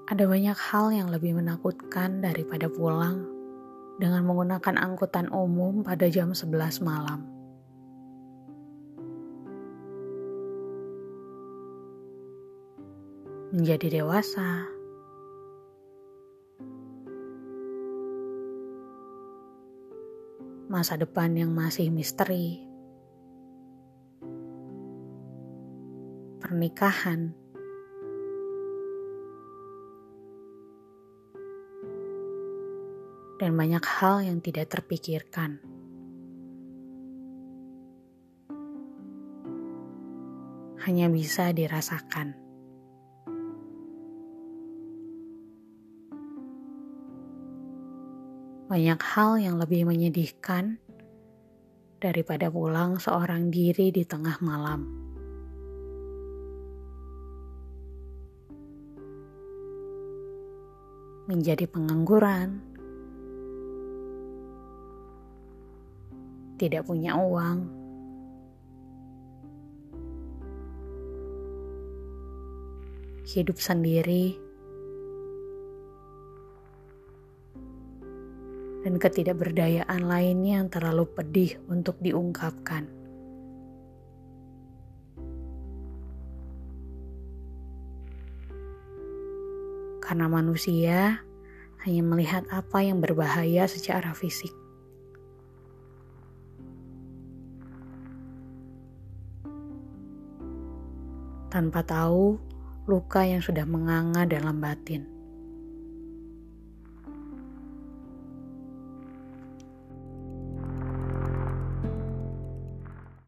Ada banyak hal yang lebih menakutkan daripada pulang dengan menggunakan angkutan umum pada jam 11 malam. Menjadi dewasa, masa depan yang masih misteri, pernikahan, dan banyak hal yang tidak terpikirkan. Hanya bisa dirasakan. Banyak hal yang lebih menyedihkan daripada pulang seorang diri di tengah malam. Menjadi pengangguran, tidak punya uang, hidup sendiri, dan ketidakberdayaan lainnya yang terlalu pedih untuk diungkapkan. Karena manusia hanya melihat apa yang berbahaya secara fisik. Tanpa tahu luka yang sudah menganga dalam batin.